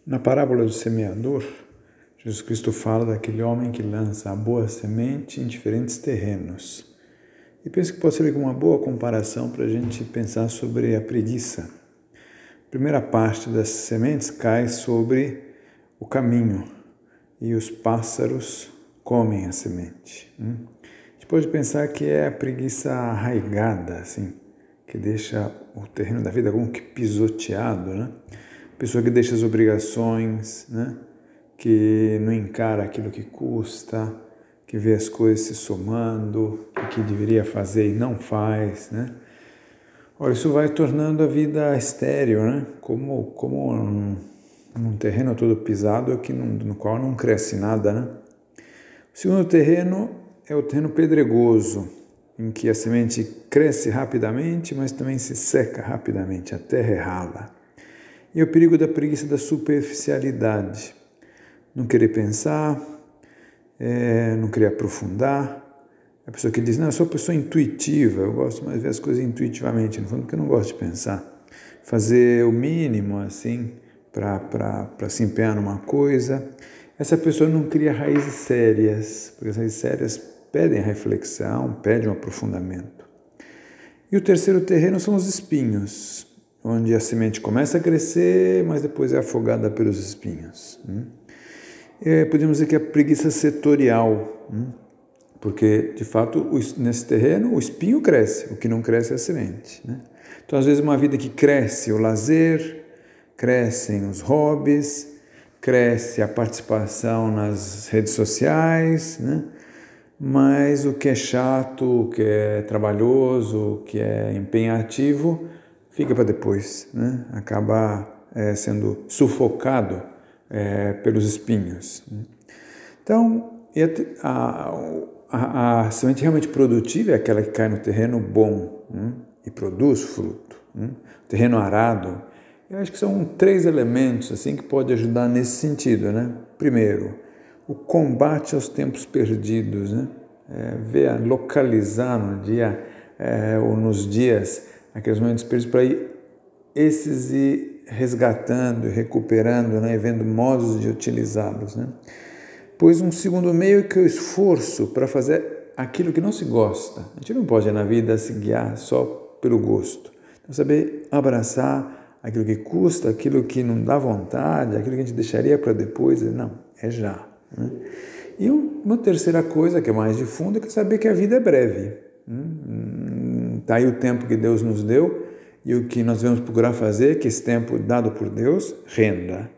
Na parábola do semeador, Jesus Cristo fala daquele homem que lança a boa semente em diferentes terrenos. E penso que pode ser uma boa comparação para a gente pensar sobre a preguiça. A primeira parte das sementes cai sobre o caminho e os pássaros comem a semente. A gente pode pensar que é a preguiça arraigada, assim, que deixa o terreno da vida como que pisoteado, né? Pessoa que deixa as obrigações, né? Que não encara aquilo que custa, que vê as coisas se somando, o que deveria fazer e não faz, né? Olha, isso vai tornando a vida estéril, né? Como num terreno todo pisado no qual não cresce nada, né? O segundo terreno é o terreno pedregoso, em que a semente cresce rapidamente, mas também se seca rapidamente, a terra é rala. E o perigo da preguiça da superficialidade. Não querer pensar, não querer aprofundar. A pessoa que diz, não, eu sou uma pessoa intuitiva, eu gosto mais de ver as coisas intuitivamente, no fundo, porque eu não gosto de pensar. Fazer o mínimo, assim, para se empenhar numa coisa. Essa pessoa não cria raízes sérias, porque as raízes sérias pedem reflexão, pedem um aprofundamento. E o terceiro terreno são os espinhos, onde a semente começa a crescer, mas depois é afogada pelos espinhos. Podemos dizer que é a preguiça setorial, porque, de fato, nesse terreno o espinho cresce, o que não cresce é a semente. Então, às vezes, uma vida que cresce o lazer, crescem os hobbies, cresce a participação nas redes sociais, mas o que é chato, o que é trabalhoso, o que é empenhativo, fica para depois, acaba sendo sufocado pelos espinhos. Então, a semente realmente produtiva é aquela que cai no terreno bom e produz fruto. Terreno arado, eu acho que são 3 elementos assim, que podem ajudar nesse sentido. Primeiro, o combate aos tempos perdidos, localizar no dia ou nos dias aqueles momentos perdidos para ir resgatando, recuperando, e vendo modos de utilizá-los. Pois um segundo meio que é o esforço para fazer aquilo que não se gosta. A gente não pode na vida se guiar só pelo gosto. Então, saber abraçar aquilo que custa, aquilo que não dá vontade, aquilo que a gente deixaria para depois, não, é já. E uma terceira coisa, que é mais de fundo, é que saber que a vida é breve. Está aí o tempo que Deus nos deu, e o que nós devemos procurar fazer é que esse tempo dado por Deus renda.